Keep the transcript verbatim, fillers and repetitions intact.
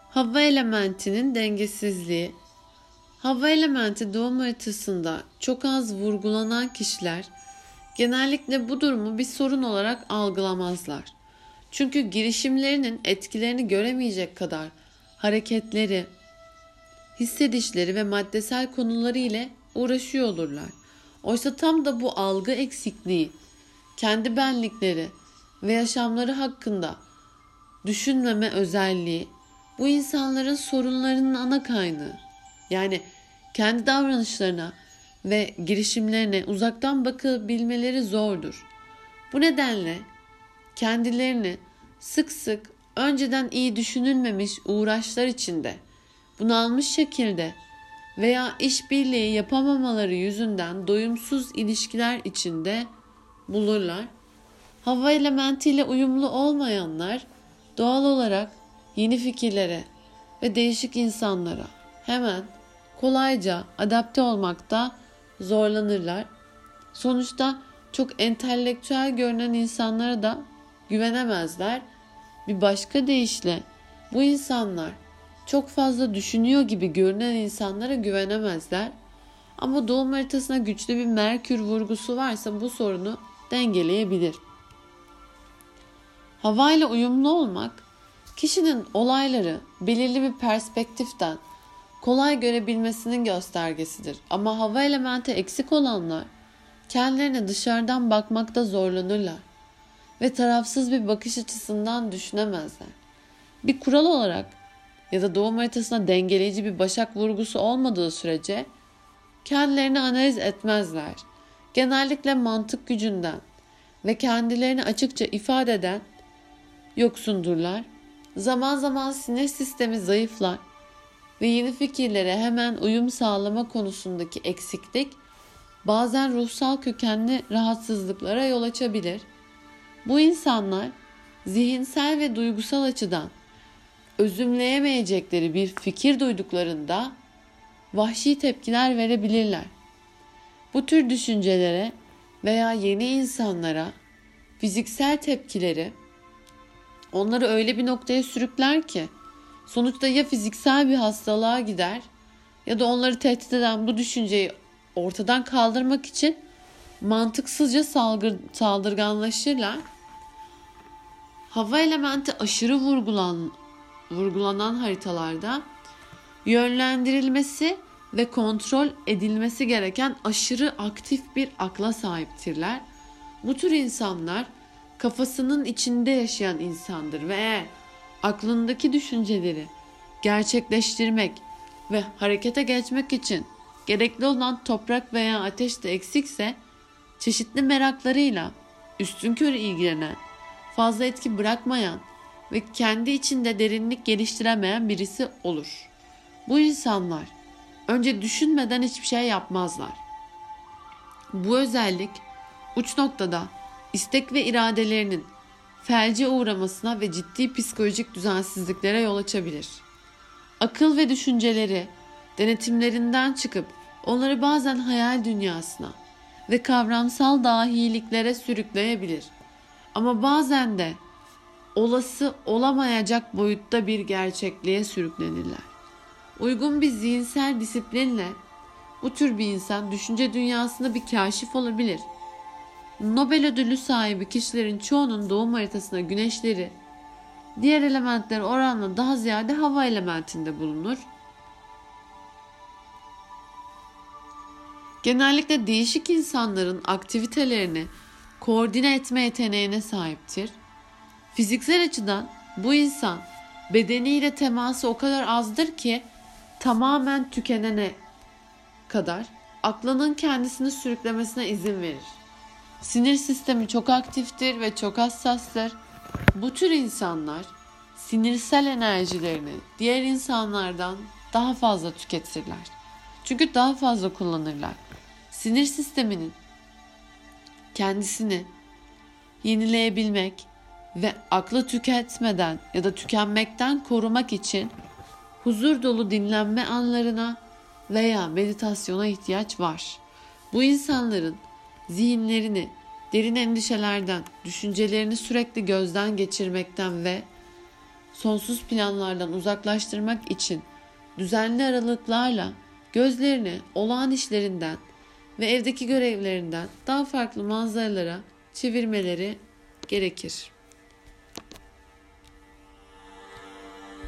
Hava elementinin dengesizliği. Hava elementi doğum haritasında çok az vurgulanan kişiler genellikle bu durumu bir sorun olarak algılamazlar. Çünkü girişimlerinin etkilerini göremeyecek kadar hareketleri, hissedişleri ve maddesel konuları ile uğraşıyor olurlar. Oysa tam da bu algı eksikliği, kendi benlikleri ve yaşamları hakkında düşünmeme özelliği bu insanların sorunlarının ana kaynağı. Yani kendi davranışlarına ve girişimlerine uzaktan bakabilmeleri zordur. Bu nedenle kendilerini sık sık önceden iyi düşünülmemiş uğraşlar içinde, bunalmış şekilde veya işbirliği yapamamaları yüzünden doyumsuz ilişkiler içinde bulurlar. Hava elementiyle uyumlu olmayanlar doğal olarak yeni fikirlere ve değişik insanlara hemen kolayca adapte olmakta zorlanırlar. Sonuçta çok entelektüel görünen insanlara da güvenemezler. Bir başka deyişle bu insanlar çok fazla düşünüyor gibi görünen insanlara güvenemezler. Ama doğum haritasına güçlü bir Merkür vurgusu varsa bu sorunu dengeleyebilir. Havayla uyumlu olmak, kişinin olayları belirli bir perspektiften kolay görebilmesinin göstergesidir. Ama hava elementi eksik olanlar kendilerine dışarıdan bakmakta zorlanırlar ve tarafsız bir bakış açısından düşünemezler. Bir kural olarak ya da doğum haritasına dengeleyici bir başak vurgusu olmadığı sürece kendilerini analiz etmezler. Genellikle mantık gücünden ve kendilerini açıkça ifade eden yoksundurlar. Zaman zaman sinir sistemi zayıflar ve yeni fikirlere hemen uyum sağlama konusundaki eksiklik bazen ruhsal kökenli rahatsızlıklara yol açabilir. Bu insanlar zihinsel ve duygusal açıdan özümleyemeyecekleri bir fikir duyduklarında vahşi tepkiler verebilirler. Bu tür düşüncelere veya yeni insanlara fiziksel tepkileri onları öyle bir noktaya sürükler ki sonuçta ya fiziksel bir hastalığa gider ya da onları tehdit eden bu düşünceyi ortadan kaldırmak için mantıksızca salgır, saldırganlaşırlar. Hava elementi aşırı vurgulan, vurgulanan haritalarda yönlendirilmesi ve kontrol edilmesi gereken aşırı aktif bir akla sahiptirler. Bu tür insanlar kafasının içinde yaşayan insandır ve eğer aklındaki düşünceleri gerçekleştirmek ve harekete geçmek için gerekli olan toprak veya ateş de eksikse çeşitli meraklarıyla üstünkörü ilgilenen, fazla etki bırakmayan ve kendi içinde derinlik geliştiremeyen birisi olur. Bu insanlar önce düşünmeden hiçbir şey yapmazlar. Bu özellik uç noktada istek ve iradelerinin felce uğramasına ve ciddi psikolojik düzensizliklere yol açabilir. Akıl ve düşünceleri denetimlerinden çıkıp onları bazen hayal dünyasına ve kavramsal dahiliklere sürükleyebilir. Ama bazen de olası olamayacak boyutta bir gerçekliğe sürüklenirler. Uygun bir zihinsel disiplinle bu tür bir insan düşünce dünyasında bir kaşif olabilir. Nobel ödülü sahibi kişilerin çoğunun doğum haritasına güneşleri diğer elementler oranla daha ziyade hava elementinde bulunur. Genellikle değişik insanların aktivitelerini koordine etme yeteneğine sahiptir. Fiziksel açıdan bu insan bedeniyle teması o kadar azdır ki tamamen tükenene kadar aklının kendisini sürüklemesine izin verir. Sinir sistemi çok aktiftir ve çok hassastır. Bu tür insanlar sinirsel enerjilerini diğer insanlardan daha fazla tüketirler. Çünkü daha fazla kullanırlar. Sinir sisteminin kendisini yenileyebilmek ve aklı tüketmeden ya da tükenmekten korumak için huzur dolu dinlenme anlarına veya meditasyona ihtiyaç var. Bu insanların zihinlerini derin endişelerden, düşüncelerini sürekli gözden geçirmekten ve sonsuz planlardan uzaklaştırmak için düzenli aralıklarla gözlerini olağan işlerinden ve evdeki görevlerinden daha farklı manzaralara çevirmeleri gerekir.